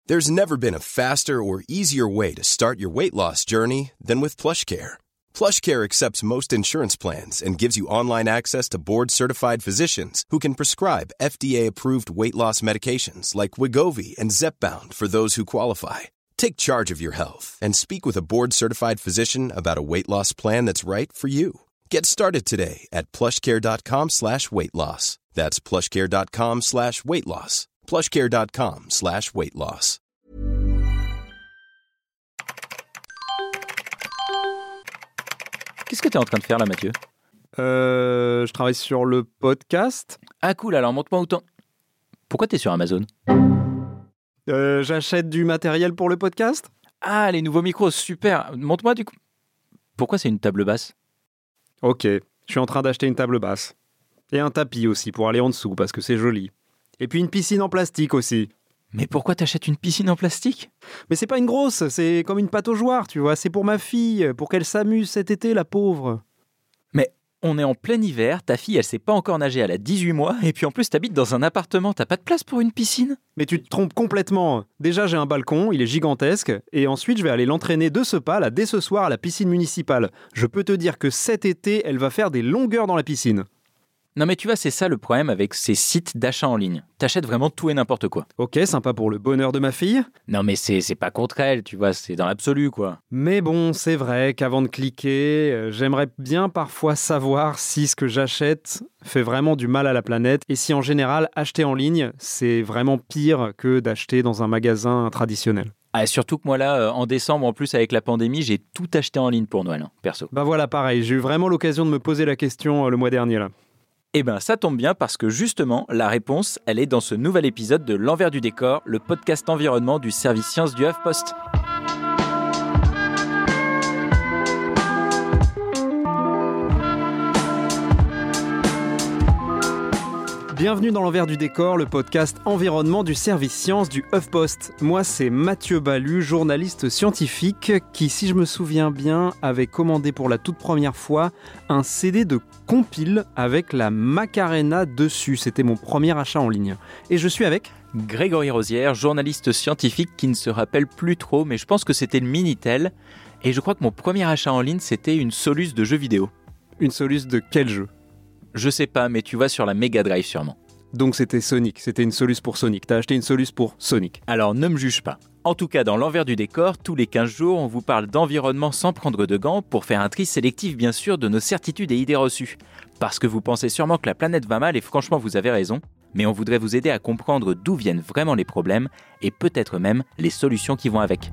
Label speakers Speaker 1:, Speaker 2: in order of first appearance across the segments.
Speaker 1: There's never been a faster or easier way to start your weight loss journey than with PlushCare. PlushCare accepts most insurance plans and gives you online access to board-certified physicians who can prescribe FDA-approved weight loss medications like Wegovy and Zepbound for those who qualify. Take charge of your health and speak with a board-certified physician about a weight loss plan that's right for you. Get started today at plushcare.com/weight loss. That's plushcare.com/weight loss. plushcare.com/weight loss.
Speaker 2: Qu'est-ce que tu es en train de faire là, Mathieu ?
Speaker 3: Je travaille sur le podcast.
Speaker 2: Ah cool, alors montre-moi où t'en... Pourquoi t'es sur Amazon ?
Speaker 3: J'achète du matériel pour le podcast.
Speaker 2: Ah, les nouveaux micros, super. Montre-moi du coup. Pourquoi c'est une table basse ?
Speaker 3: Ok, je suis en train d'acheter une table basse. Et un tapis aussi pour aller en dessous parce que c'est joli. Et puis une piscine en plastique aussi.
Speaker 2: Mais pourquoi t'achètes une piscine en plastique ?
Speaker 3: Mais c'est pas une grosse, c'est comme une pataugeoire, tu vois. C'est pour ma fille, pour qu'elle s'amuse cet été, la pauvre.
Speaker 2: Mais on est en plein hiver, ta fille elle sait pas encore nager, elle a 18 mois, et puis en plus t'habites dans un appartement, t'as pas de place pour une piscine ?
Speaker 3: Mais tu te trompes complètement. Déjà, j'ai un balcon, il est gigantesque. Et ensuite, je vais aller l'entraîner de ce pas, là, dès ce soir, à la piscine municipale. Je peux te dire que cet été, elle va faire des longueurs dans la piscine.
Speaker 2: Non mais tu vois, c'est ça le problème avec ces sites d'achat en ligne. T'achètes vraiment tout et n'importe quoi.
Speaker 3: Ok, sympa pour le bonheur de ma fille.
Speaker 2: Non mais c'est pas contre elle, tu vois, c'est dans l'absolu quoi.
Speaker 3: Mais bon, c'est vrai qu'avant de cliquer, j'aimerais bien parfois savoir si ce que j'achète fait vraiment du mal à la planète et si en général, acheter en ligne, c'est vraiment pire que d'acheter dans un magasin traditionnel.
Speaker 2: Ah, surtout que moi là, en décembre, en plus avec la pandémie, j'ai tout acheté en ligne pour Noël, perso.
Speaker 3: Bah voilà, pareil, j'ai eu vraiment l'occasion de me poser la question le mois dernier là.
Speaker 2: Eh ben, ça tombe bien parce que justement, la réponse, elle est dans ce nouvel épisode de L'Envers du décor, le podcast environnement du service sciences du HuffPost.
Speaker 3: Bienvenue dans l'envers du décor, le podcast environnement du service sciences du HuffPost. Moi, c'est Mathieu Balu, journaliste scientifique qui, si je me souviens bien, avait commandé pour la toute première fois un CD de compile avec la Macarena dessus. C'était mon premier achat en ligne. Et je suis avec
Speaker 2: Grégory Rosière, journaliste scientifique qui ne se rappelle plus trop, mais je pense que c'était le Minitel. Et je crois que mon premier achat en ligne, c'était une Solus de jeux vidéo.
Speaker 3: Une Solus de quel jeu ?
Speaker 2: Je sais pas, mais tu vas sur la Mega Drive sûrement.
Speaker 3: Donc c'était Sonic, c'était une Solus pour Sonic. T'as acheté une Solus pour Sonic.
Speaker 2: Alors ne me juge pas. En tout cas, dans l'envers du décor, tous les 15 jours, on vous parle d'environnement sans prendre de gants pour faire un tri sélectif bien sûr de nos certitudes et idées reçues. Parce que vous pensez sûrement que la planète va mal et franchement vous avez raison, mais on voudrait vous aider à comprendre d'où viennent vraiment les problèmes et peut-être même les solutions qui vont avec.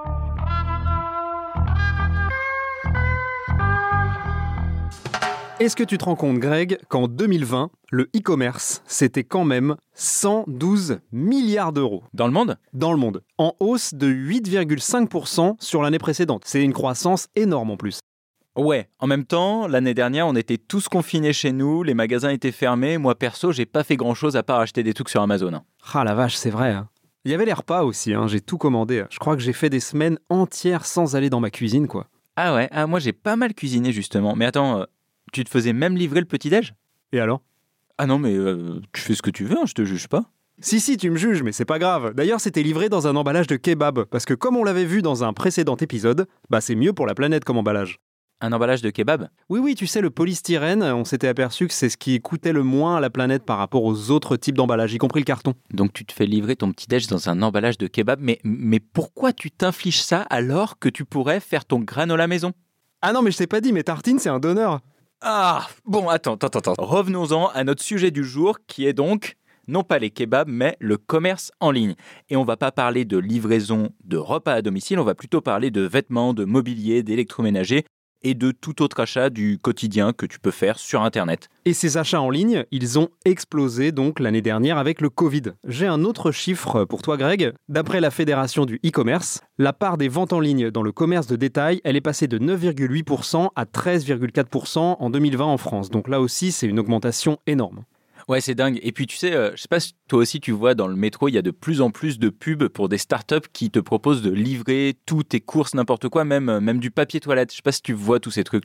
Speaker 3: Est-ce que tu te rends compte, Greg, qu'en 2020, le e-commerce, c'était quand même 112 milliards d'euros.
Speaker 2: Dans le monde ?
Speaker 3: Dans le monde. En hausse de 8,5% sur l'année précédente. C'est une croissance énorme en plus.
Speaker 2: Ouais, en même temps, l'année dernière, on était tous confinés chez nous, les magasins étaient fermés. Moi, perso, j'ai pas fait grand-chose à part acheter des trucs sur Amazon.
Speaker 3: Ah la vache, c'est vrai. Il y avait les repas aussi, j'ai tout commandé. Je crois que j'ai fait des semaines entières sans aller dans ma cuisine, quoi.
Speaker 2: Ah ouais, moi j'ai pas mal cuisiné justement. Mais attends, tu te faisais même livrer le petit-déj ?
Speaker 3: Et alors ?
Speaker 2: Ah non, mais tu fais ce que tu veux, je te juge pas.
Speaker 3: Si, tu me juges, mais c'est pas grave. D'ailleurs, c'était livré dans un emballage de kebab, parce que comme on l'avait vu dans un précédent épisode, c'est mieux pour la planète comme emballage.
Speaker 2: Un emballage de kebab ?
Speaker 3: Oui, tu sais, le polystyrène, on s'était aperçu que c'est ce qui coûtait le moins à la planète par rapport aux autres types d'emballages, y compris le carton.
Speaker 2: Donc tu te fais livrer ton petit-déj dans un emballage de kebab, mais pourquoi tu t'infliges ça alors que tu pourrais faire ton granola maison ?
Speaker 3: Ah non, mais je t'ai pas dit, mes tartines, c'est un donneur.
Speaker 2: Ah, bon, attends. Revenons-en à notre sujet du jour, qui est donc, non pas les kebabs, mais le commerce en ligne. Et on va pas parler de livraison de repas à domicile, on va plutôt parler de vêtements, de mobilier, d'électroménager et de tout autre achat du quotidien que tu peux faire sur Internet.
Speaker 3: Et ces achats en ligne, ils ont explosé donc l'année dernière avec le Covid. J'ai un autre chiffre pour toi, Greg. D'après la Fédération du e-commerce, la part des ventes en ligne dans le commerce de détail, elle est passée de 9,8% à 13,4% en 2020 en France. Donc là aussi, c'est une augmentation énorme.
Speaker 2: Ouais, c'est dingue. Et puis tu sais, je sais pas si toi aussi tu vois dans le métro, il y a de plus en plus de pubs pour des startups qui te proposent de livrer toutes tes courses, n'importe quoi, même du papier toilette. Je sais pas si tu vois tous ces trucs-là.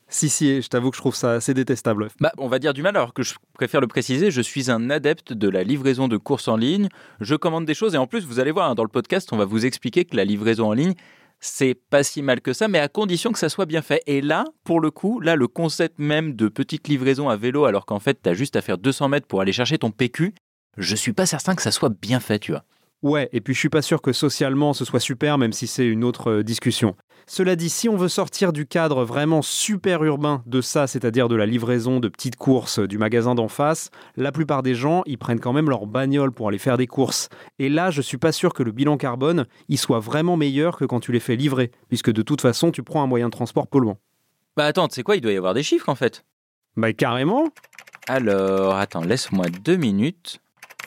Speaker 3: Si, je t'avoue que je trouve ça assez détestable.
Speaker 2: Bah, on va dire du mal, alors que je préfère le préciser, je suis un adepte de la livraison de courses en ligne. Je commande des choses et en plus, vous allez voir, dans le podcast, on va vous expliquer que la livraison en ligne, c'est pas si mal que ça, mais à condition que ça soit bien fait. Et là, pour le coup, le concept même de petite livraison à vélo, alors qu'en fait, t'as juste à faire 200 mètres pour aller chercher ton PQ, je suis pas certain que ça soit bien fait, tu vois.
Speaker 3: Ouais, et puis je suis pas sûr que socialement ce soit super, même si c'est une autre discussion. Cela dit, si on veut sortir du cadre vraiment super urbain de ça, c'est-à-dire de la livraison de petites courses du magasin d'en face, la plupart des gens, ils prennent quand même leur bagnole pour aller faire des courses. Et là, je suis pas sûr que le bilan carbone, il soit vraiment meilleur que quand tu les fais livrer, puisque de toute façon, tu prends un moyen de transport polluant.
Speaker 2: Bah attends, tu sais quoi, il doit y avoir des chiffres en fait.
Speaker 3: Bah carrément.
Speaker 2: Alors, attends, laisse-moi 2 minutes.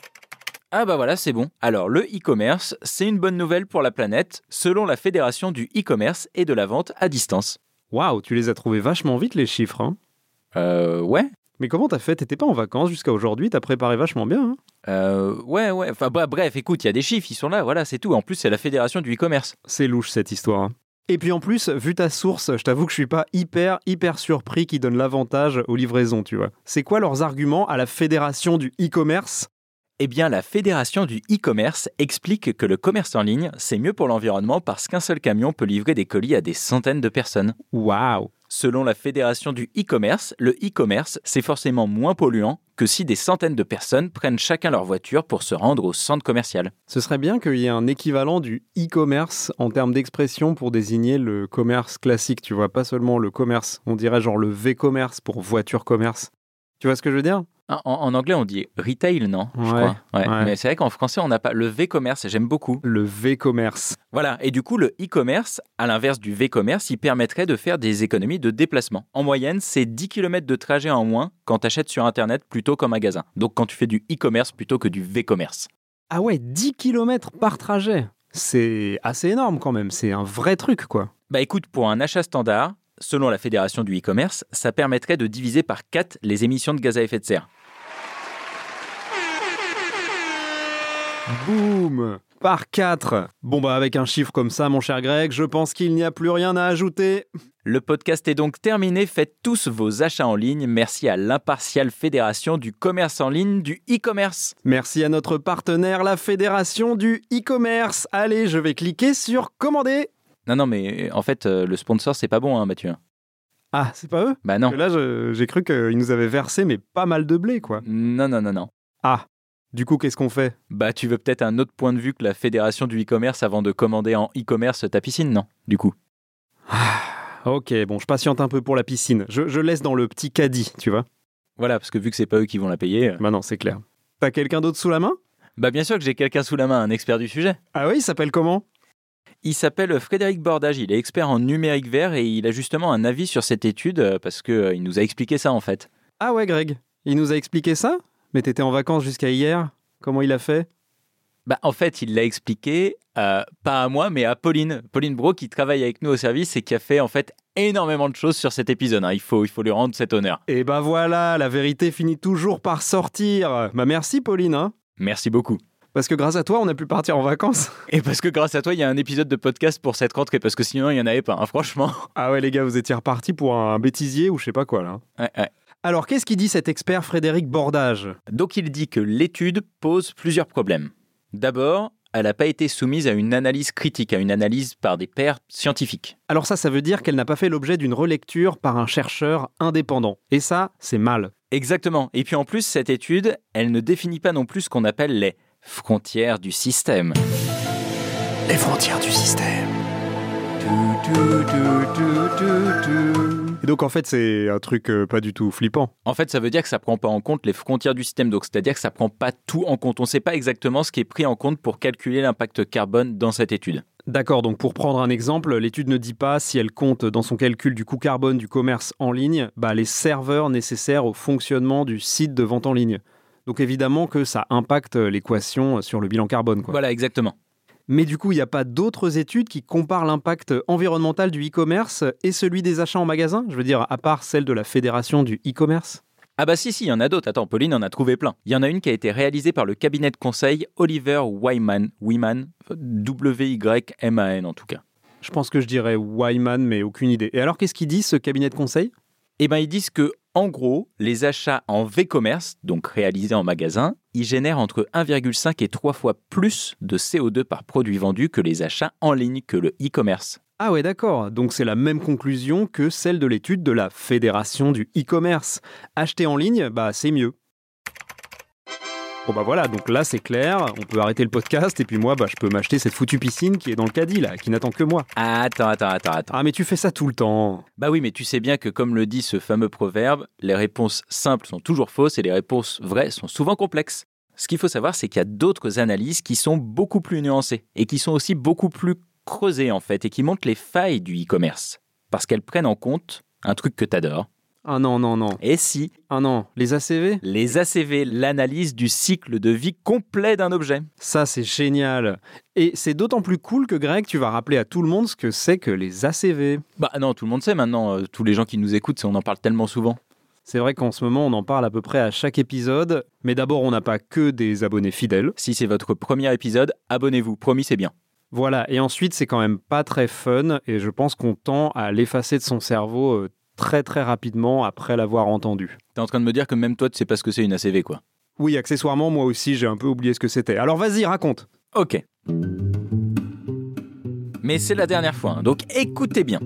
Speaker 2: Ah bah voilà, c'est bon. Alors, le e-commerce, c'est une bonne nouvelle pour la planète, selon la Fédération du e-commerce et de la vente à distance.
Speaker 3: Waouh, tu les as trouvés vachement vite les chiffres, hein.
Speaker 2: Ouais.
Speaker 3: Mais comment t'as fait? T'étais pas en vacances jusqu'à aujourd'hui, t'as préparé vachement bien, hein.
Speaker 2: Ouais. Enfin, bref, écoute, il y a des chiffres, ils sont là, voilà, c'est tout. En plus, c'est la Fédération du e-commerce.
Speaker 3: C'est louche cette histoire, hein. Et puis en plus, vu ta source, je t'avoue que je suis pas hyper surpris qu'ils donnent l'avantage aux livraisons, tu vois. C'est quoi leurs arguments à la Fédération du e-commerce?
Speaker 2: Eh bien, la Fédération du e-commerce explique que le commerce en ligne, c'est mieux pour l'environnement parce qu'un seul camion peut livrer des colis à des centaines de personnes.
Speaker 3: Waouh!
Speaker 2: Selon la Fédération du e-commerce, le e-commerce, c'est forcément moins polluant que si des centaines de personnes prennent chacun leur voiture pour se rendre au centre commercial.
Speaker 3: Ce serait bien qu'il y ait un équivalent du e-commerce en termes d'expression pour désigner le commerce classique, tu vois, pas seulement le commerce. On dirait genre le V-commerce pour voiture commerce. Tu vois ce que je veux dire?
Speaker 2: En anglais, on dit retail, non? Je crois. Ouais. Mais c'est vrai qu'en français, on n'a pas le V-commerce, j'aime beaucoup.
Speaker 3: Le V-commerce.
Speaker 2: Voilà, et du coup, le e-commerce, à l'inverse du V-commerce, il permettrait de faire des économies de déplacement. En moyenne, c'est 10 km de trajet en moins quand tu achètes sur Internet plutôt qu'en magasin. Donc quand tu fais du e-commerce plutôt que du V-commerce.
Speaker 3: Ah ouais, 10 km par trajet. C'est assez énorme quand même, c'est un vrai truc, quoi.
Speaker 2: Bah écoute, pour un achat standard, selon la Fédération du e-commerce, ça permettrait de diviser par 4 les émissions de gaz à effet de serre.
Speaker 3: Boum! Par 4. Bon bah avec un chiffre comme ça, mon cher Greg, je pense qu'il n'y a plus rien à ajouter.
Speaker 2: Le podcast est donc terminé. Faites tous vos achats en ligne. Merci à l'impartiale Fédération du commerce en ligne du e-commerce.
Speaker 3: Merci à notre partenaire, la Fédération du e-commerce. Allez, je vais cliquer sur commander.
Speaker 2: Non, mais en fait, le sponsor, c'est pas bon, hein, Mathieu.
Speaker 3: Ah, c'est pas eux?
Speaker 2: Bah non.
Speaker 3: Parce que là, j'ai cru qu'ils nous avaient versé, mais pas mal de blé, quoi.
Speaker 2: Non.
Speaker 3: Ah, du coup, qu'est-ce qu'on fait?
Speaker 2: Bah, tu veux peut-être un autre point de vue que la Fédération du e-commerce avant de commander en e-commerce ta piscine, non? Du coup.
Speaker 3: Ok, bon, je patiente un peu pour la piscine. Je laisse dans le petit caddie, tu vois.
Speaker 2: Voilà, parce que vu que c'est pas eux qui vont la payer...
Speaker 3: Bah non, c'est clair. T'as quelqu'un d'autre sous la main?
Speaker 2: Bah bien sûr que j'ai quelqu'un sous la main, un expert du sujet.
Speaker 3: Ah oui, il s'appelle comment?
Speaker 2: Il s'appelle Frédéric Bordage, il est expert en numérique vert et il a justement un avis sur cette étude parce qu'il nous a expliqué ça en fait.
Speaker 3: Ah ouais, Greg, il nous a expliqué ça? Mais t'étais en vacances jusqu'à hier? Comment il a fait?
Speaker 2: Bah en fait, il l'a expliqué, pas à moi, mais à Pauline Brault qui travaille avec nous au service et qui a fait en fait énormément de choses sur cet épisode. Hein. Il faut lui rendre cet honneur.
Speaker 3: Et bah voilà, la vérité finit toujours par sortir. Bah merci Pauline, hein.
Speaker 2: Merci beaucoup.
Speaker 3: Parce que grâce à toi, on a pu partir en vacances.
Speaker 2: Et parce que grâce à toi, il y a un épisode de podcast pour cette rentrée, parce que sinon, il n'y en avait pas, hein, franchement.
Speaker 3: Ah ouais les gars, vous étiez repartis pour un bêtisier ou je sais pas quoi là.
Speaker 2: Ouais.
Speaker 3: Alors qu'est-ce qu'il dit cet expert Frédéric Bordage?
Speaker 2: Donc il dit que l'étude pose plusieurs problèmes. D'abord, elle n'a pas été soumise à une analyse critique, à une analyse par des pairs scientifiques.
Speaker 3: Alors ça veut dire qu'elle n'a pas fait l'objet d'une relecture par un chercheur indépendant. Et ça, c'est mal.
Speaker 2: Exactement. Et puis en plus, cette étude, elle ne définit pas non plus ce qu'on appelle les frontières du système.
Speaker 3: Les frontières du système. Et donc en fait c'est un truc pas du tout flippant.
Speaker 2: En fait ça veut dire que ça prend pas en compte les frontières du système, donc c'est-à-dire que ça prend pas tout en compte. On sait pas exactement ce qui est pris en compte pour calculer l'impact carbone dans cette étude.
Speaker 3: D'accord, donc pour prendre un exemple, l'étude ne dit pas si elle compte dans son calcul du coût carbone du commerce en ligne les serveurs nécessaires au fonctionnement du site de vente en ligne. Donc évidemment que ça impacte l'équation sur le bilan carbone, quoi.
Speaker 2: Voilà, exactement.
Speaker 3: Mais du coup, il n'y a pas d'autres études qui comparent l'impact environnemental du e-commerce et celui des achats en magasin? Je veux dire, à part celle de la Fédération du e-commerce?
Speaker 2: Ah bah si, il y en a d'autres. Attends, Pauline en a trouvé plein. Il y en a une qui a été réalisée par le cabinet de conseil Oliver Wyman, W-Y-M-A-N en tout cas.
Speaker 3: Je pense que je dirais Wyman, mais aucune idée. Et alors, qu'est-ce qu'il dit, ce cabinet de conseil?
Speaker 2: Ils disent que, en gros, les achats en V-commerce, donc réalisés en magasin, ils génèrent entre 1,5 et 3 fois plus de CO2 par produit vendu que les achats en ligne que le e-commerce.
Speaker 3: Ah ouais, d'accord. Donc c'est la même conclusion que celle de l'étude de la Fédération du e-commerce. Acheter en ligne, c'est mieux. Bon voilà, donc là c'est clair, on peut arrêter le podcast et puis moi je peux m'acheter cette foutue piscine qui est dans le caddie là, qui n'attend que moi.
Speaker 2: Attends.
Speaker 3: Ah mais tu fais ça tout le temps.
Speaker 2: Bah oui, mais tu sais bien que comme le dit ce fameux proverbe, les réponses simples sont toujours fausses et les réponses vraies sont souvent complexes. Ce qu'il faut savoir, c'est qu'il y a d'autres analyses qui sont beaucoup plus nuancées et qui sont aussi beaucoup plus creusées en fait et qui montrent les failles du e-commerce. Parce qu'elles prennent en compte un truc que t'adores.
Speaker 3: Ah non.
Speaker 2: Et si?
Speaker 3: Ah non, les ACV?
Speaker 2: Les ACV, l'analyse du cycle de vie complet d'un objet.
Speaker 3: Ça, c'est génial. Et c'est d'autant plus cool que Greg, tu vas rappeler à tout le monde ce que c'est que les ACV.
Speaker 2: Bah non, tout le monde sait maintenant. Tous les gens qui nous écoutent, on en parle tellement souvent.
Speaker 3: C'est vrai qu'en ce moment, on en parle à peu près à chaque épisode. Mais d'abord, on n'a pas que des abonnés fidèles.
Speaker 2: Si c'est votre premier épisode, abonnez-vous. Promis, c'est bien.
Speaker 3: Voilà. Et ensuite, c'est quand même pas très fun. Et je pense qu'on tend à l'effacer de son cerveau très très rapidement après l'avoir entendu.
Speaker 2: T'es en train de me dire que même toi tu sais pas ce que c'est une ACV quoi.
Speaker 3: Oui, accessoirement moi aussi j'ai un peu oublié ce que c'était. Alors vas-y, raconte.
Speaker 2: Ok. Mais c'est la dernière fois, donc écoutez bien.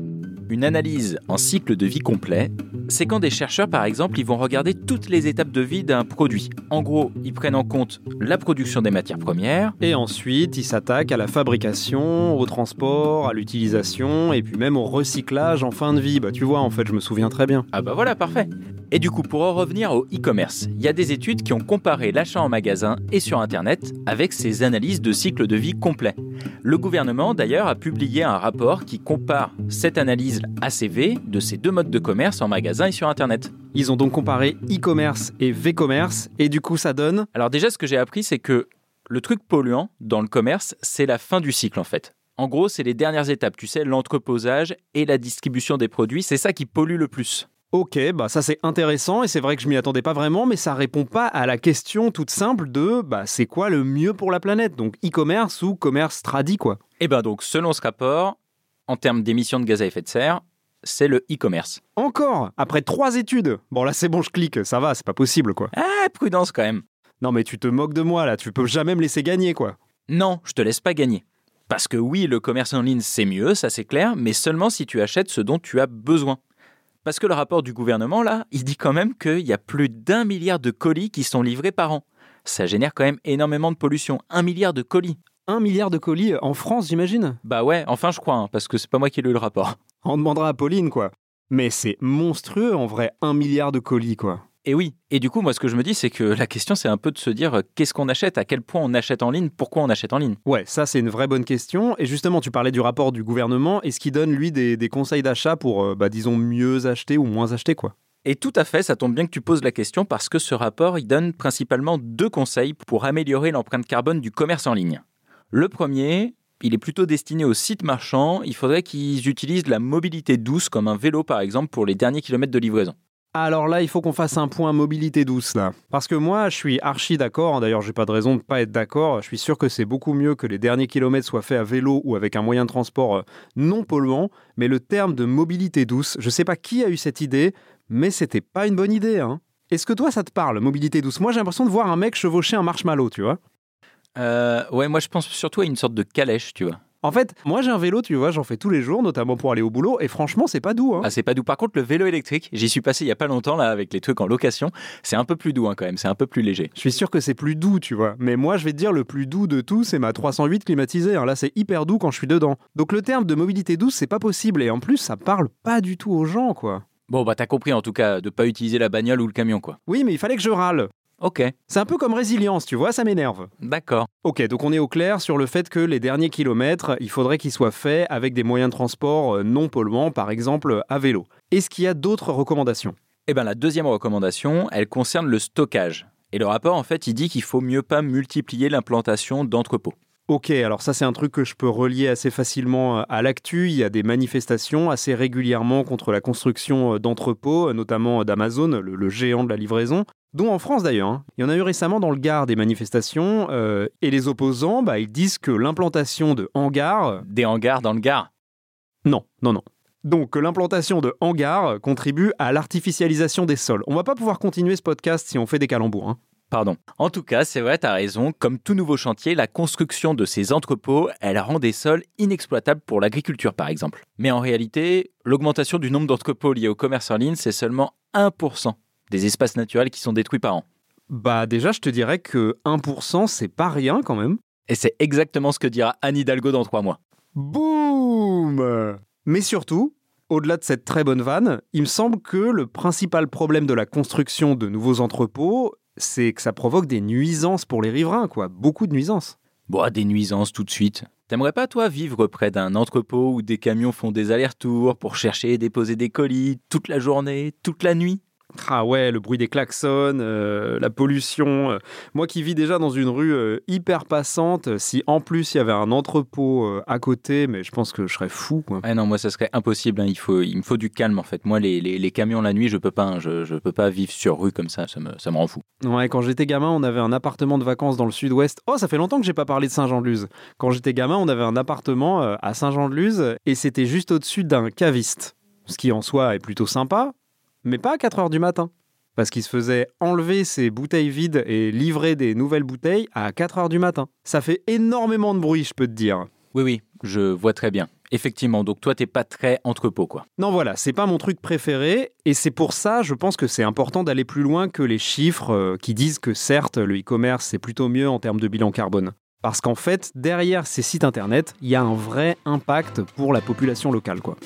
Speaker 2: Une analyse en cycle de vie complet, c'est quand des chercheurs par exemple ils vont regarder toutes les étapes de vie d'un produit. En gros, ils prennent en compte la production des matières premières.
Speaker 3: Et ensuite, ils s'attaquent à la fabrication, au transport, à l'utilisation et puis même au recyclage en fin de vie. Tu vois, en fait, je me souviens très bien.
Speaker 2: Ah voilà, parfait. Et du coup, pour en revenir au e-commerce, il y a des études qui ont comparé l'achat en magasin et sur Internet avec ces analyses de cycle de vie complet. Le gouvernement, d'ailleurs, a publié un rapport qui compare cette analyse ACV de ces deux modes de commerce en magasin et sur Internet.
Speaker 3: Ils ont donc comparé e-commerce et V-commerce et du coup, ça donne...
Speaker 2: Alors déjà, ce que j'ai appris, c'est que le truc polluant dans le commerce, c'est la fin du cycle en fait. En gros, c'est les dernières étapes, tu sais, l'entreposage et la distribution des produits, c'est ça qui pollue le plus.
Speaker 3: Ok, ça c'est intéressant et c'est vrai que je m'y attendais pas vraiment, mais ça répond pas à la question toute simple de c'est quoi le mieux pour la planète, donc e-commerce ou commerce tradi quoi.
Speaker 2: Et donc selon ce rapport, en termes d'émissions de gaz à effet de serre, c'est le e-commerce.
Speaker 3: Encore? Après 3 études? Bon là c'est bon, je clique, ça va, c'est pas possible quoi.
Speaker 2: Ah, prudence quand même.
Speaker 3: Non mais tu te moques de moi là, tu peux jamais me laisser gagner quoi.
Speaker 2: Non, je te laisse pas gagner. Parce que oui, le commerce en ligne c'est mieux, ça c'est clair, mais seulement si tu achètes ce dont tu as besoin. Parce que le rapport du gouvernement, là, il dit quand même qu'il y a plus d'1 milliard de colis qui sont livrés par an. Ça génère quand même énormément de pollution. 1 milliard de colis.
Speaker 3: 1 milliard de colis en France, j'imagine?
Speaker 2: Bah ouais, enfin je crois, parce que c'est pas moi qui ai lu le rapport.
Speaker 3: On demandera à Pauline, quoi. Mais c'est monstrueux, en vrai, 1 milliard de colis, quoi.
Speaker 2: Et oui, et du coup, moi, ce que je me dis, c'est que la question, c'est un peu de se dire qu'est-ce qu'on achète, à quel point on achète en ligne, pourquoi on achète en ligne.
Speaker 3: Ouais, ça, c'est une vraie bonne question. Et justement, tu parlais du rapport du gouvernement. Est-ce qu'il donne, lui, des conseils d'achat pour, disons, mieux acheter ou moins acheter, quoi?
Speaker 2: Et tout à fait, ça tombe bien que tu poses la question parce que ce rapport, il donne principalement 2 conseils pour améliorer l'empreinte carbone du commerce en ligne. Le premier, il est plutôt destiné aux sites marchands. Il faudrait qu'ils utilisent la mobilité douce, comme un vélo, par exemple, pour les derniers kilomètres de livraison.
Speaker 3: Alors là, il faut qu'on fasse un point mobilité douce, là. Parce que moi, je suis archi d'accord. D'ailleurs, j'ai pas de raison de pas être d'accord. Je suis sûr que c'est beaucoup mieux que les derniers kilomètres soient faits à vélo ou avec un moyen de transport non polluant. Mais le terme de mobilité douce, je sais pas qui a eu cette idée, mais c'était pas une bonne idée, hein. Est-ce que toi, ça te parle, mobilité douce? Moi, j'ai l'impression de voir un mec chevaucher un marshmallow, tu vois.
Speaker 2: Ouais, moi, je pense surtout à une sorte de calèche, tu vois.
Speaker 3: En fait, moi j'ai un vélo, tu vois, j'en fais tous les jours, notamment pour aller au boulot, et franchement, c'est pas doux, hein.
Speaker 2: Ah, c'est pas doux. Par contre, le vélo électrique, j'y suis passé il y a pas longtemps, là, avec les trucs en location, c'est un peu plus doux, hein, quand même, c'est un peu plus léger.
Speaker 3: Je suis sûr que c'est plus doux, tu vois, mais moi je vais te dire, le plus doux de tout, c'est ma 308 climatisée, hein. Là, c'est hyper doux quand je suis dedans. Donc le terme de mobilité douce, c'est pas possible, et en plus, ça parle pas du tout aux gens, quoi.
Speaker 2: Bon, t'as compris, en tout cas, de pas utiliser la bagnole ou le camion, quoi.
Speaker 3: Oui, mais il fallait que je râle.
Speaker 2: Ok.
Speaker 3: C'est un peu comme résilience, tu vois, ça m'énerve.
Speaker 2: D'accord.
Speaker 3: Ok, donc on est au clair sur le fait que les derniers kilomètres, il faudrait qu'ils soient faits avec des moyens de transport non polluants, par exemple à vélo. Est-ce qu'il y a d'autres recommandations?
Speaker 2: La deuxième recommandation, elle concerne le stockage. Et le rapport, en fait, il dit qu'il faut mieux pas multiplier l'implantation d'entrepôts.
Speaker 3: Ok, alors ça c'est un truc que je peux relier assez facilement à l'actu. Il y a des manifestations assez régulièrement contre la construction d'entrepôts, notamment d'Amazon, le géant de la livraison, dont en France d'ailleurs, hein. Il y en a eu récemment dans le Gard des manifestations, et les opposants, ils disent que l'implantation de hangars...
Speaker 2: Des hangars dans le Gard?
Speaker 3: Non. Donc que l'implantation de hangars contribue à l'artificialisation des sols. On va pas pouvoir continuer ce podcast si on fait des calembours.
Speaker 2: Pardon. En tout cas, c'est vrai, t'as raison. Comme tout nouveau chantier, la construction de ces entrepôts, elle rend des sols inexploitables pour l'agriculture, par exemple. Mais en réalité, l'augmentation du nombre d'entrepôts liés au commerce en ligne, c'est seulement 1% des espaces naturels qui sont détruits par an.
Speaker 3: Bah déjà, je te dirais que 1%, c'est pas rien quand même.
Speaker 2: Et c'est exactement ce que dira Anne Hidalgo dans 3 mois.
Speaker 3: Boum! Mais surtout, au-delà de cette très bonne vanne, il me semble que le principal problème de la construction de nouveaux entrepôts, c'est que ça provoque des nuisances pour les riverains, quoi. Beaucoup de nuisances.
Speaker 2: Bon, des nuisances tout de suite. T'aimerais pas, toi, vivre près d'un entrepôt où des camions font des allers-retours pour chercher et déposer des colis toute la journée, toute la nuit ?
Speaker 3: Ah ouais, le bruit des klaxons, la pollution. Moi qui vis déjà dans une rue hyper passante, si en plus il y avait un entrepôt à côté, mais je pense que je serais fou, quoi.
Speaker 2: Ah non, moi ça serait impossible, hein. Il me faut du calme en fait. Moi les camions la nuit, je peux pas, hein. Je peux pas vivre sur rue comme ça me rend fou.
Speaker 3: Ouais, quand j'étais gamin, on avait un appartement de vacances dans le sud-ouest. Oh, ça fait longtemps que j'ai pas parlé de Saint-Jean-de-Luz. Quand j'étais gamin, on avait un appartement à Saint-Jean-de-Luz et c'était juste au-dessus d'un caviste. Ce qui en soi est plutôt sympa, mais pas à 4h du matin. Parce qu'il se faisait enlever ses bouteilles vides et livrer des nouvelles bouteilles à 4h du matin. Ça fait énormément de bruit, je peux te dire.
Speaker 2: Oui, je vois très bien. Effectivement, donc toi, t'es pas très entrepôt, quoi.
Speaker 3: Non, voilà, c'est pas mon truc préféré, et c'est pour ça, je pense que c'est important d'aller plus loin que les chiffres qui disent que certes, le e-commerce, c'est plutôt mieux en termes de bilan carbone. Parce qu'en fait, derrière ces sites internet, il y a un vrai impact pour la population locale, quoi.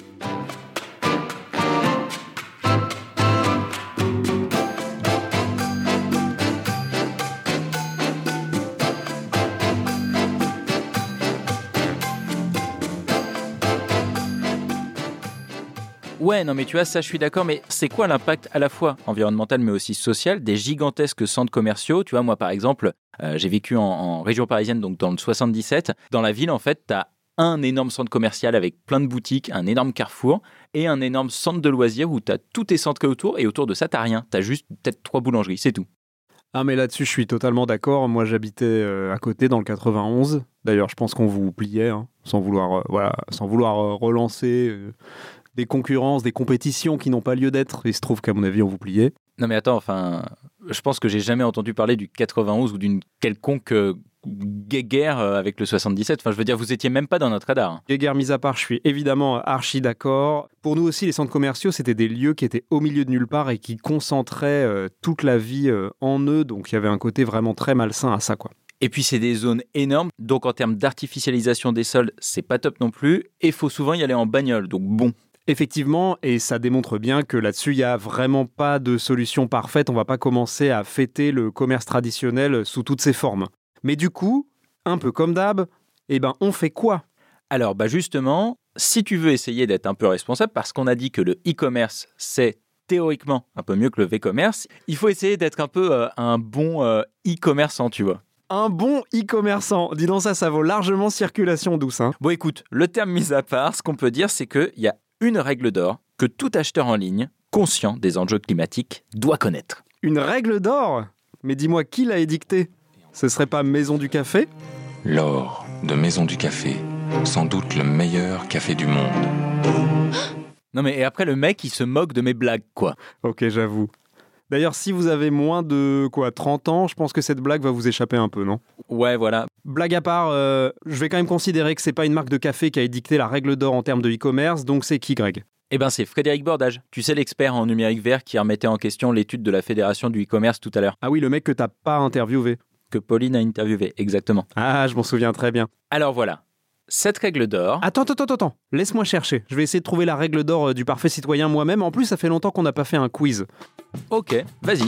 Speaker 2: Ouais, non mais tu vois, ça je suis d'accord, mais c'est quoi l'impact à la fois environnemental mais aussi social des gigantesques centres commerciaux ? Tu vois, moi par exemple, j'ai vécu en région parisienne, donc dans le 77. Dans la ville, en fait, t'as un énorme centre commercial avec plein de boutiques, un énorme carrefour et un énorme centre de loisirs où t'as tous tes centres autour et autour de ça, t'as rien. T'as juste peut-être 3 boulangeries, c'est tout.
Speaker 3: Ah mais là-dessus, je suis totalement d'accord. Moi, j'habitais à côté dans le 91. D'ailleurs, je pense qu'on vous pliait, sans vouloir relancer... des concurrences, des compétitions qui n'ont pas lieu d'être. Il se trouve qu'à mon avis, on vous pliait.
Speaker 2: Non mais attends, enfin, je pense que j'ai jamais entendu parler du 91 ou d'une quelconque guéguerre avec le 77. Enfin, je veux dire, vous étiez même pas dans notre radar.
Speaker 3: Guéguerre mise à part, je suis évidemment archi d'accord. Pour nous aussi, les centres commerciaux, c'était des lieux qui étaient au milieu de nulle part et qui concentraient toute la vie en eux. Donc, il y avait un côté vraiment très malsain à ça, quoi.
Speaker 2: Et puis, c'est des zones énormes. Donc, en termes d'artificialisation des sols, c'est pas top non plus. Et il faut souvent y aller en bagnole. Donc, bon...
Speaker 3: Effectivement, et ça démontre bien que là-dessus, il n'y a vraiment pas de solution parfaite. On ne va pas commencer à fêter le commerce traditionnel sous toutes ses formes. Mais du coup, un peu comme d'hab, on fait quoi ?
Speaker 2: Alors, justement, si tu veux essayer d'être un peu responsable, parce qu'on a dit que le e-commerce, c'est théoriquement un peu mieux que le v-commerce, il faut essayer d'être un peu un bon e-commerçant, tu vois.
Speaker 3: Un bon e-commerçant. Dis donc ça vaut largement circulation douce.
Speaker 2: Bon, écoute, le terme mis à part, ce qu'on peut dire, c'est qu'il y a une règle d'or que tout acheteur en ligne, conscient des enjeux climatiques, doit connaître.
Speaker 3: Une règle d'or ? Mais dis-moi, qui l'a édictée ? Ce serait pas Maison du Café ?
Speaker 4: L'or de Maison du Café, sans doute le meilleur café du monde.
Speaker 2: Non mais et après le mec, il se moque de mes blagues, quoi.
Speaker 3: Ok, j'avoue. D'ailleurs, si vous avez moins de 30 ans, je pense que cette blague va vous échapper un peu, non ?
Speaker 2: Ouais, voilà.
Speaker 3: Blague à part, je vais quand même considérer que c'est pas une marque de café qui a édicté la règle d'or en termes de e-commerce, donc c'est qui, Greg ?
Speaker 2: C'est Frédéric Bordage. Tu sais, l'expert en numérique vert qui remettait en question l'étude de la Fédération du e-commerce tout à l'heure.
Speaker 3: Ah oui, le mec que t'as pas interviewé.
Speaker 2: Que Pauline a interviewé, exactement.
Speaker 3: Ah, je m'en souviens très bien.
Speaker 2: Alors voilà. Cette règle d'or...
Speaker 3: Attends. Laisse-moi chercher. Je vais essayer de trouver la règle d'or du parfait citoyen moi-même. En plus, ça fait longtemps qu'on n'a pas fait un quiz.
Speaker 2: Ok, vas-y.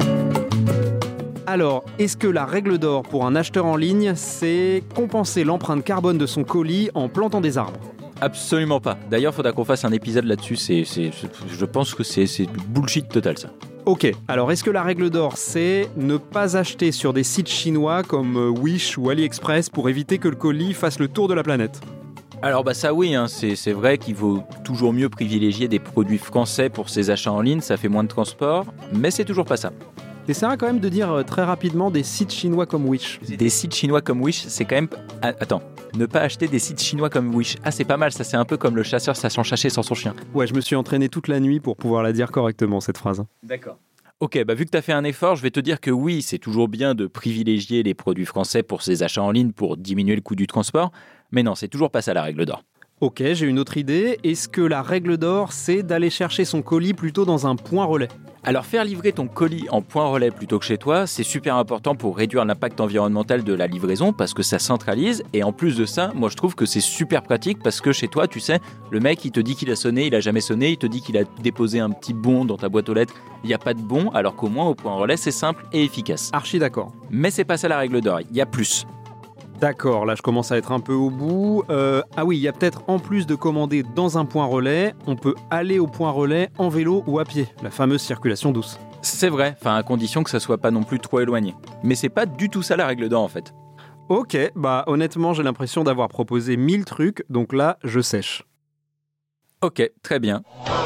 Speaker 3: Alors, est-ce que la règle d'or pour un acheteur en ligne, c'est compenser l'empreinte carbone de son colis en plantant des arbres ?
Speaker 2: Absolument pas. D'ailleurs, il faudra qu'on fasse un épisode là-dessus. Je pense que c'est du bullshit total, ça.
Speaker 3: Ok, alors est-ce que la règle d'or, c'est ne pas acheter sur des sites chinois comme Wish ou AliExpress pour éviter que le colis fasse le tour de la planète ?
Speaker 2: Alors ça oui, c'est vrai qu'il vaut toujours mieux privilégier des produits français pour ses achats en ligne, ça fait moins de transport, mais c'est toujours pas ça.
Speaker 3: T'essaieras quand même de dire très rapidement des sites chinois comme Wish.
Speaker 2: Des sites chinois comme Wish, c'est quand même... Attends, Ne pas acheter des sites chinois comme Wish. Ah, c'est pas mal, ça c'est un peu comme le chasseur sachant chasser sans son chien.
Speaker 3: Ouais, je me suis entraîné toute la nuit pour pouvoir la dire correctement, cette phrase.
Speaker 2: D'accord. Ok, vu que tu as fait un effort, je vais te dire que oui, c'est toujours bien de privilégier les produits français pour ses achats en ligne pour diminuer le coût du transport, mais non, c'est toujours pas ça la règle d'or.
Speaker 3: Ok, j'ai une autre idée. Est-ce que la règle d'or, c'est d'aller chercher son colis plutôt dans un point relais ?
Speaker 2: Alors faire livrer ton colis en point relais plutôt que chez toi, c'est super important pour réduire l'impact environnemental de la livraison parce que ça centralise et en plus de ça, moi je trouve que c'est super pratique parce que chez toi, tu sais, le mec il te dit qu'il a sonné, il a jamais sonné, il te dit qu'il a déposé un petit bon dans ta boîte aux lettres, il n'y a pas de bon alors qu'au moins au point relais c'est simple et efficace.
Speaker 3: Archi d'accord.
Speaker 2: Mais c'est pas ça la règle d'or, il y a plus.
Speaker 3: D'accord, là je commence à être un peu au bout. Ah oui, il y a peut-être en plus de commander dans un point relais, on peut aller au point relais en vélo ou à pied, la fameuse circulation douce.
Speaker 2: C'est vrai, à condition que ça soit pas non plus trop éloigné. Mais c'est pas du tout ça la règle d'or en fait.
Speaker 3: Ok, honnêtement j'ai l'impression d'avoir proposé 1000 trucs, donc là je sèche.
Speaker 2: Ok, très bien.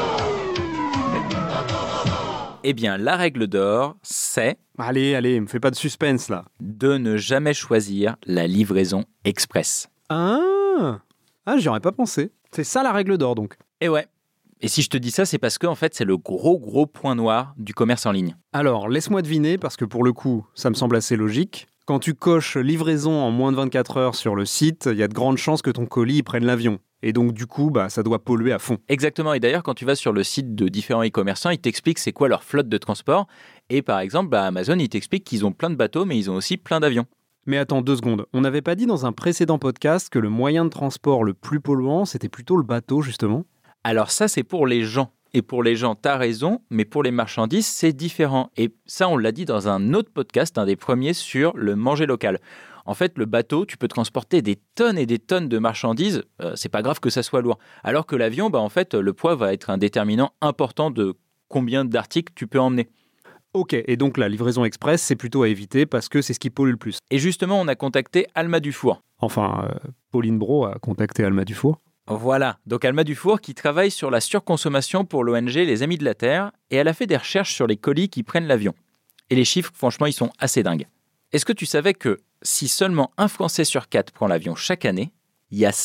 Speaker 2: Eh bien, la règle d'or, c'est...
Speaker 3: Allez, me fais pas de suspense là.
Speaker 2: De ne jamais choisir la livraison express.
Speaker 3: Ah, j'y aurais pas pensé. C'est ça la règle d'or donc.
Speaker 2: Et ouais. Et si je te dis ça, c'est parce que en fait, c'est le gros point noir du commerce en ligne.
Speaker 3: Alors, laisse-moi deviner, parce que pour le coup, ça me semble assez logique. Quand tu coches livraison en moins de 24 heures sur le site, il y a de grandes chances que ton colis prenne l'avion. Et donc, du coup, ça doit polluer à fond.
Speaker 2: Exactement. Et d'ailleurs, quand tu vas sur le site de différents e-commerçants, ils t'expliquent c'est quoi leur flotte de transport. Et par exemple, Amazon, ils t'expliquent qu'ils ont plein de bateaux, mais ils ont aussi plein d'avions.
Speaker 3: Mais attends 2 secondes. On n'avait pas dit dans un précédent podcast que le moyen de transport le plus polluant, c'était plutôt le bateau, justement ?
Speaker 2: Alors ça, c'est pour les gens. Et pour les gens, t'as raison, mais pour les marchandises, c'est différent. Et ça, on l'a dit dans un autre podcast, un des premiers sur le manger local. En fait, le bateau, tu peux transporter des tonnes et des tonnes de marchandises, c'est pas grave que ça soit lourd. Alors que l'avion, en fait, le poids va être un déterminant important de combien d'articles tu peux emmener.
Speaker 3: Ok, et donc la livraison express, c'est plutôt à éviter parce que c'est ce qui pollue le plus.
Speaker 2: Et justement, on a contacté Alma Dufour.
Speaker 3: Enfin, Pauline Brault a contacté Alma Dufour.
Speaker 2: Voilà, donc Alma Dufour qui travaille sur la surconsommation pour l'ONG Les Amis de la Terre et elle a fait des recherches sur les colis qui prennent l'avion. Et les chiffres, franchement, ils sont assez dingues. Est-ce que tu savais que si seulement un Français sur 4 prend l'avion chaque année, il y a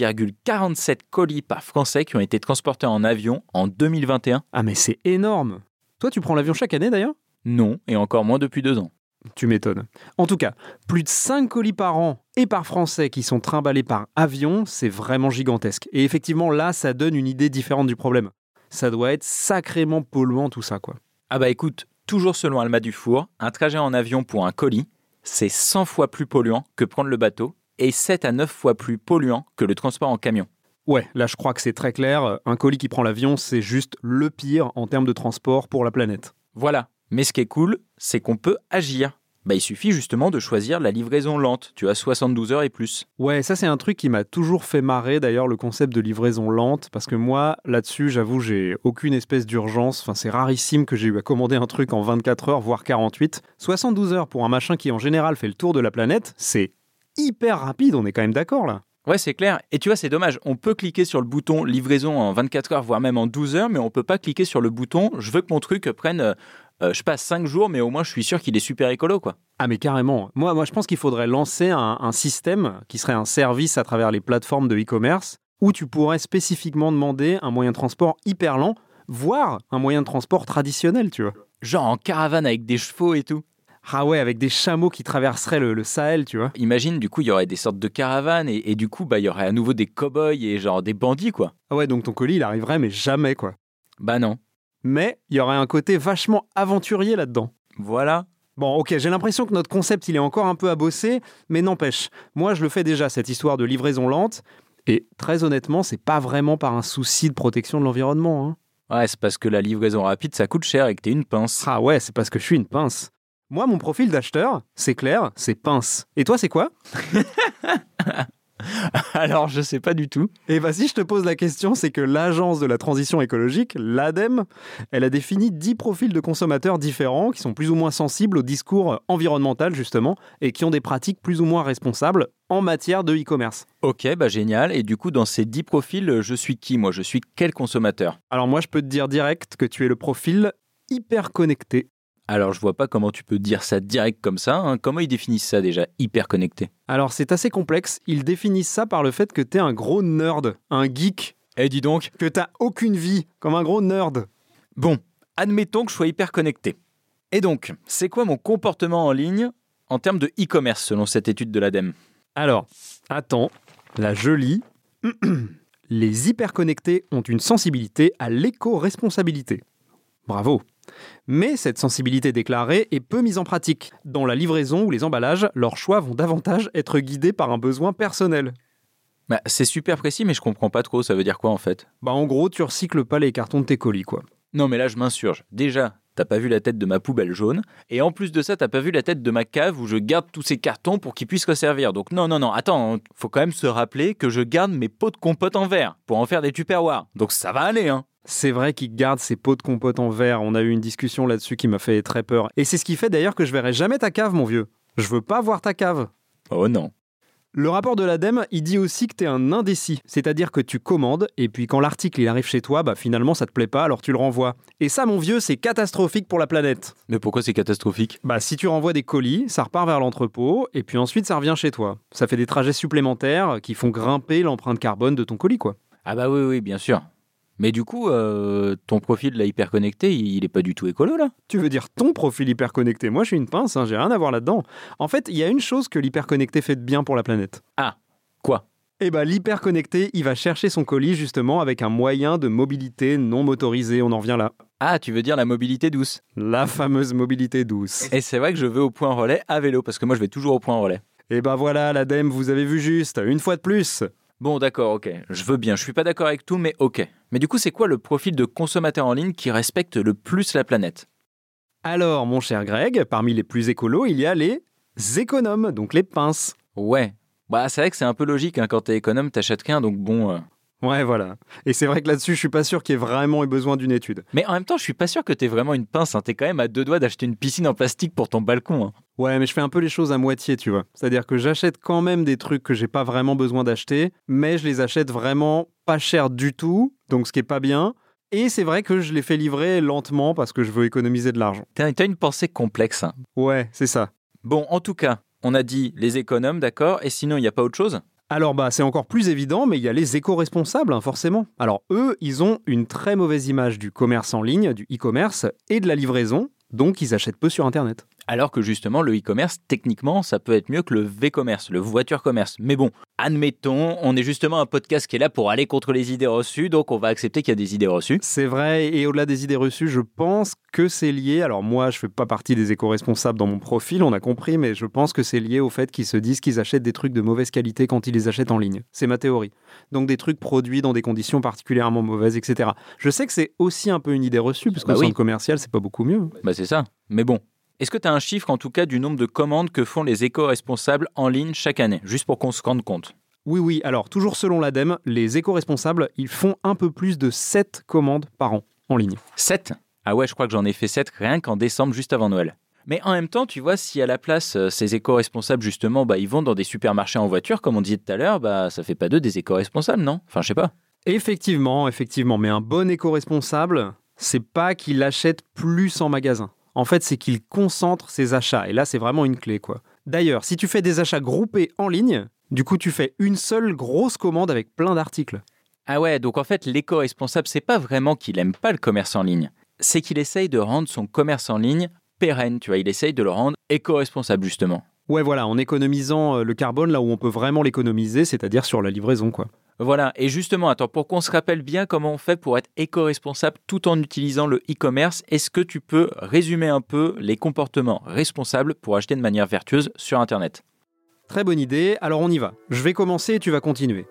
Speaker 2: 5,47 colis par Français qui ont été transportés en avion en 2021 ?
Speaker 3: Ah mais c'est énorme. Toi, tu prends l'avion chaque année d'ailleurs ?
Speaker 2: Non, et encore moins depuis 2 ans.
Speaker 3: Tu m'étonnes. En tout cas, plus de 5 colis par an et par Français qui sont trimballés par avion, c'est vraiment gigantesque. Et effectivement, là, ça donne une idée différente du problème. Ça doit être sacrément polluant tout ça, quoi.
Speaker 2: Ah écoute, toujours selon Alma Dufour, un trajet en avion pour un colis, c'est 100 fois plus polluant que prendre le bateau et 7 à 9 fois plus polluant que le transport en camion.
Speaker 3: Ouais, là je crois que c'est très clair. Un colis qui prend l'avion, c'est juste le pire en termes de transport pour la planète.
Speaker 2: Voilà. Mais ce qui est cool, c'est qu'on peut agir. Il suffit justement de choisir la livraison lente. Tu as 72 heures et plus.
Speaker 3: Ouais, ça c'est un truc qui m'a toujours fait marrer d'ailleurs, le concept de livraison lente, parce que moi, là-dessus, j'avoue, j'ai aucune espèce d'urgence. Enfin, c'est rarissime que j'ai eu à commander un truc en 24 heures, voire 48. 72 heures pour un machin qui en général fait le tour de la planète, c'est hyper rapide, on est quand même d'accord là.
Speaker 2: Ouais, c'est clair. Et tu vois, c'est dommage. On peut cliquer sur le bouton livraison en 24 heures, voire même en 12 heures, mais on peut pas cliquer sur le bouton je veux que mon truc prenne... je passe 5 jours, mais au moins je suis sûr qu'il est super écolo, quoi.
Speaker 3: Ah mais carrément. Moi je pense qu'il faudrait lancer un système qui serait un service à travers les plateformes de e-commerce où tu pourrais spécifiquement demander un moyen de transport hyper lent, voire un moyen de transport traditionnel, tu vois.
Speaker 2: Genre en caravane avec des chevaux et tout.
Speaker 3: Ah ouais, avec des chameaux qui traverseraient le Sahel, tu vois.
Speaker 2: Imagine, du coup, il y aurait des sortes de caravanes et du coup, il y aurait à nouveau des cow-boys et genre des bandits, quoi.
Speaker 3: Ah ouais, donc ton colis, il arriverait, mais jamais, quoi.
Speaker 2: Non.
Speaker 3: Mais il y aurait un côté vachement aventurier là-dedans.
Speaker 2: Voilà.
Speaker 3: Bon, ok, j'ai l'impression que notre concept, il est encore un peu à bosser, mais n'empêche, moi, je le fais déjà, cette histoire de livraison lente, et très honnêtement, c'est pas vraiment par un souci de protection de l'environnement, hein.
Speaker 2: Ouais, c'est parce que la livraison rapide, ça coûte cher et que t'es une pince.
Speaker 3: Ah ouais, c'est parce que je suis une pince. Moi, mon profil d'acheteur, c'est clair, c'est pince. Et toi, c'est quoi ?
Speaker 2: Alors, je sais pas du tout.
Speaker 3: Et si je te pose la question, c'est que l'Agence de la transition écologique, l'ADEME, elle a défini 10 profils de consommateurs différents qui sont plus ou moins sensibles au discours environnemental, justement, et qui ont des pratiques plus ou moins responsables en matière de e-commerce.
Speaker 2: Ok, génial. Et du coup, dans ces 10 profils, je suis qui, moi ? Je suis quel consommateur ?
Speaker 3: Alors moi, je peux te dire direct que tu es le profil hyper connecté.
Speaker 2: Alors, je vois pas comment tu peux dire ça direct comme ça. Hein. Comment ils définissent ça déjà, hyper connecté?
Speaker 3: Alors c'est assez complexe, ils définissent ça par le fait que t'es un gros nerd, un geek,
Speaker 2: Eh, dis donc.
Speaker 3: que t'as aucune vie, comme un gros nerd.
Speaker 2: Bon, admettons que je sois hyper connecté. Et donc, c'est quoi mon comportement en ligne en termes de e-commerce selon cette étude de l'ADEME?
Speaker 3: Alors, attends, là je lis. Les hyperconnectés ont une sensibilité à l'éco-responsabilité. Bravo. Mais cette sensibilité déclarée est peu mise en pratique. Dans la livraison ou les emballages, leurs choix vont davantage être guidés par un besoin personnel.
Speaker 2: Bah, c'est super précis, mais je comprends pas trop. Ça veut dire quoi en fait?
Speaker 3: Bah en gros, tu recycles pas les cartons de tes colis, quoi.
Speaker 2: Non, mais là, je m'insurge. Déjà, t'as pas vu la tête de ma poubelle jaune. Et en plus de ça, t'as pas vu la tête de ma cave où je garde tous ces cartons pour qu'ils puissent resservir. Donc non, attends, faut quand même se rappeler que je garde mes pots de compote en verre pour en faire des tupperwares. Donc ça va aller, hein.
Speaker 3: C'est vrai qu'il garde ses pots de compote en verre. On a eu une discussion là-dessus qui m'a fait très peur. Et c'est ce qui fait d'ailleurs que je verrai jamais ta cave, mon vieux. Je veux pas voir ta cave.
Speaker 2: Oh non.
Speaker 3: Le rapport de l'ADEME, il dit aussi que t'es un indécis. C'est-à-dire que tu commandes, et puis quand l'article il arrive chez toi, bah finalement ça te plaît pas, alors tu le renvoies. Et ça, mon vieux, c'est catastrophique pour la planète.
Speaker 2: Mais pourquoi c'est catastrophique?
Speaker 3: Bah si tu renvoies des colis, ça repart vers l'entrepôt, et puis ensuite ça revient chez toi. Ça fait des trajets supplémentaires qui font grimper l'empreinte carbone de ton colis, quoi.
Speaker 2: Ah bah oui, bien sûr. Mais du coup, ton profil là hyper connecté, il est pas du tout écolo là?
Speaker 3: Tu veux dire ton profil hyperconnecté? Moi je suis une pince, hein, j'ai rien à voir là-dedans. En fait, il y a une chose que l'hyperconnecté fait de bien pour la planète.
Speaker 2: Ah, quoi?
Speaker 3: Eh bah l'hyperconnecté, il va chercher son colis justement avec un moyen de mobilité non motorisé, on en revient là.
Speaker 2: Ah, tu veux dire la mobilité douce?
Speaker 3: La fameuse mobilité douce.
Speaker 2: Et c'est vrai que je vais au point relais à vélo, parce que moi je vais toujours au point relais.
Speaker 3: Et bah voilà, l'ADEME, vous avez vu juste, une fois de plus.
Speaker 2: Bon, d'accord, ok. Je veux bien. Je suis pas d'accord avec tout, mais ok. Mais du coup, c'est quoi le profil de consommateur en ligne qui respecte le plus la planète?
Speaker 3: Alors, mon cher Greg, parmi les plus écolos, il y a les économes, donc les pinces.
Speaker 2: Ouais. Bah, c'est vrai que c'est un peu logique, hein. Quand t'es économe, t'achètes rien, donc bon...
Speaker 3: Ouais, voilà. Et c'est vrai que là-dessus, je suis pas sûr qu'il y ait vraiment eu besoin d'une étude.
Speaker 2: Mais en même temps, je suis pas sûr que t'aies vraiment une pince, hein. T'es quand même à 2 doigts d'acheter une piscine en plastique pour ton balcon, hein.
Speaker 3: Ouais, mais je fais un peu les choses à moitié, tu vois. C'est-à-dire que j'achète quand même des trucs que j'ai pas vraiment besoin d'acheter, mais je les achète vraiment pas cher du tout, donc ce qui est pas bien. Et c'est vrai que je les fais livrer lentement parce que je veux économiser de l'argent.
Speaker 2: T'as une pensée complexe, hein.
Speaker 3: Ouais, c'est ça.
Speaker 2: Bon, en tout cas, on a dit les économes, d'accord, et sinon, il n'y a pas autre chose?
Speaker 3: Alors bah c'est encore plus évident, mais il y a les éco-responsables, hein, forcément. Alors eux, ils ont une très mauvaise image du commerce en ligne, du e-commerce et de la livraison, donc ils achètent peu sur Internet.
Speaker 2: Alors que justement, le e-commerce, techniquement, ça peut être mieux que le V-commerce, le voiture-commerce. Mais bon, admettons, on est justement un podcast qui est là pour aller contre les idées reçues, donc on va accepter qu'il y a des idées reçues.
Speaker 3: C'est vrai, et au-delà des idées reçues, je pense que c'est lié, alors moi je fais pas partie des éco-responsables dans mon profil, on a compris, mais je pense que c'est lié au fait qu'ils se disent qu'ils achètent des trucs de mauvaise qualité quand ils les achètent en ligne. C'est ma théorie. Donc des trucs produits dans des conditions particulièrement mauvaises, etc. Je sais que c'est aussi un peu une idée reçue, parce qu'au centre commercial, c'est pas beaucoup mieux.
Speaker 2: Bah c'est ça, mais bon. Est-ce que tu as un chiffre en tout cas du nombre de commandes que font les éco-responsables en ligne chaque année, juste pour qu'on se rende compte?
Speaker 3: Oui, alors toujours selon l'ADEME, les éco-responsables, ils font un peu plus de 7 commandes par an en ligne.
Speaker 2: 7? Ah ouais, je crois que j'en ai fait 7 rien qu'en décembre, juste avant Noël. Mais en même temps, tu vois, si à la place, ces éco-responsables, justement, bah, ils vont dans des supermarchés en voiture, comme on disait tout à l'heure, bah, ça fait pas d'eux des éco-responsables, non? Enfin, je sais pas.
Speaker 3: Effectivement, mais un bon éco-responsable, c'est pas qu'il achète plus en magasin. En fait, c'est qu'il concentre ses achats. Et là, c'est vraiment une clé, quoi. D'ailleurs, si tu fais des achats groupés en ligne, du coup, tu fais une seule grosse commande avec plein d'articles.
Speaker 2: Ah ouais, donc en fait, l'éco-responsable, c'est pas vraiment qu'il aime pas le commerce en ligne. C'est qu'il essaye de rendre son commerce en ligne pérenne, tu vois. Il essaye de le rendre éco-responsable, justement.
Speaker 3: Ouais, voilà, en économisant le carbone là où on peut vraiment l'économiser, c'est-à-dire sur la livraison, quoi.
Speaker 2: Voilà, et justement, attends, pour qu'on se rappelle bien comment on fait pour être éco-responsable tout en utilisant le e-commerce, est-ce que tu peux résumer un peu les comportements responsables pour acheter de manière vertueuse sur Internet?
Speaker 3: Très bonne idée, alors on y va. Je vais commencer et tu vas continuer.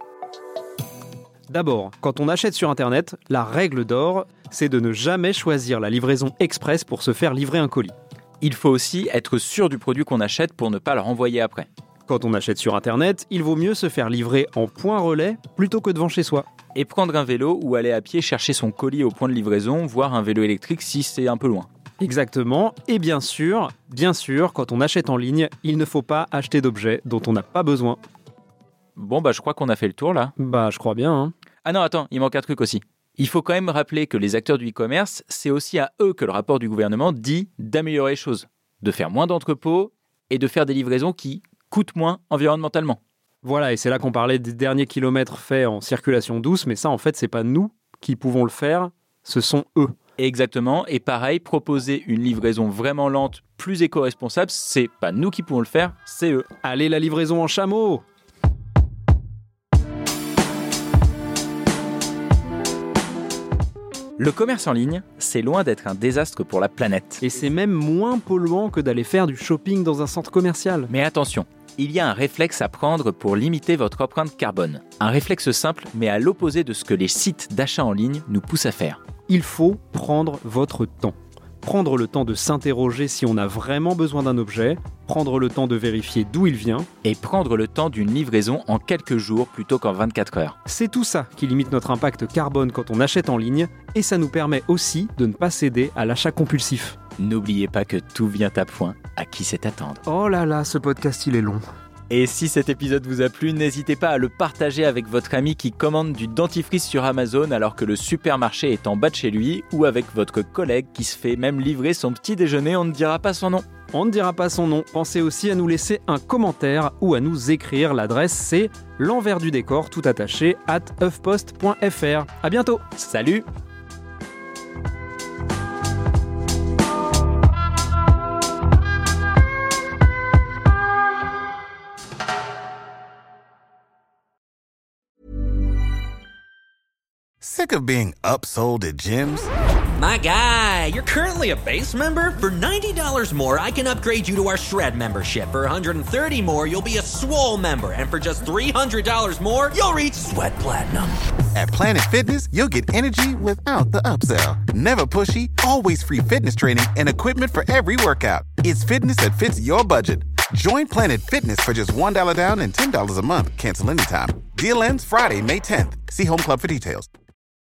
Speaker 3: D'abord, quand on achète sur Internet, la règle d'or, c'est de ne jamais choisir la livraison express pour se faire livrer un colis.
Speaker 2: Il faut aussi être sûr du produit qu'on achète pour ne pas le renvoyer après.
Speaker 3: Quand on achète sur Internet, il vaut mieux se faire livrer en point relais plutôt que devant chez soi.
Speaker 2: Et prendre un vélo ou aller à pied chercher son colis au point de livraison, voire un vélo électrique si c'est un peu loin.
Speaker 3: Exactement, et bien sûr, quand on achète en ligne, il ne faut pas acheter d'objets dont on n'a pas besoin.
Speaker 2: Bon, bah je crois qu'on a fait le tour là.
Speaker 3: Bah je crois bien, hein.
Speaker 2: Ah non, attends, il manque un truc aussi. Il faut quand même rappeler que les acteurs du e-commerce, c'est aussi à eux que le rapport du gouvernement dit d'améliorer les choses, de faire moins d'entrepôts et de faire des livraisons qui coûtent moins environnementalement.
Speaker 3: Voilà, et c'est là qu'on parlait des derniers kilomètres faits en circulation douce, mais ça, en fait, c'est pas nous qui pouvons le faire, ce sont eux.
Speaker 2: Exactement, et pareil, proposer une livraison vraiment lente, plus éco-responsable, c'est pas nous qui pouvons le faire, c'est eux.
Speaker 3: Allez, la livraison en chameau!
Speaker 2: Le commerce en ligne, c'est loin d'être un désastre pour la planète.
Speaker 3: Et c'est même moins polluant que d'aller faire du shopping dans un centre commercial.
Speaker 2: Mais attention, il y a un réflexe à prendre pour limiter votre empreinte carbone. Un réflexe simple, mais à l'opposé de ce que les sites d'achat en ligne nous poussent à faire.
Speaker 3: Il faut prendre votre temps. Prendre le temps de s'interroger si on a vraiment besoin d'un objet, prendre le temps de vérifier d'où il vient,
Speaker 2: et prendre le temps d'une livraison en quelques jours plutôt qu'en 24 heures.
Speaker 3: C'est tout ça qui limite notre impact carbone quand on achète en ligne, et ça nous permet aussi de ne pas céder à l'achat compulsif.
Speaker 2: N'oubliez pas que tout vient à point, à qui sait attendre.
Speaker 3: Oh là là, ce podcast il est long.
Speaker 2: Et si cet épisode vous a plu, n'hésitez pas à le partager avec votre ami qui commande du dentifrice sur Amazon alors que le supermarché est en bas de chez lui, ou avec votre collègue qui se fait même livrer son petit déjeuner, on ne dira pas son nom.
Speaker 3: On ne dira pas son nom. Pensez aussi à nous laisser un commentaire ou à nous écrire. L'adresse c'est l'envers du décor tout attaché @ufpost.fr. À bientôt.
Speaker 2: Salut.
Speaker 5: Sick of being upsold at gyms?
Speaker 6: My guy, you're currently a base member? For $90 more, I can upgrade you to our Shred membership. For $130 more, you'll be a Swole member. And for just $300 more, you'll reach Sweat Platinum.
Speaker 5: At Planet Fitness, you'll get energy without the upsell. Never pushy, always free fitness training and equipment for every workout. It's fitness that fits your budget. Join Planet Fitness for just $1 down and $10 a month. Cancel anytime. Deal ends Friday, May 10th. See Home Club for details.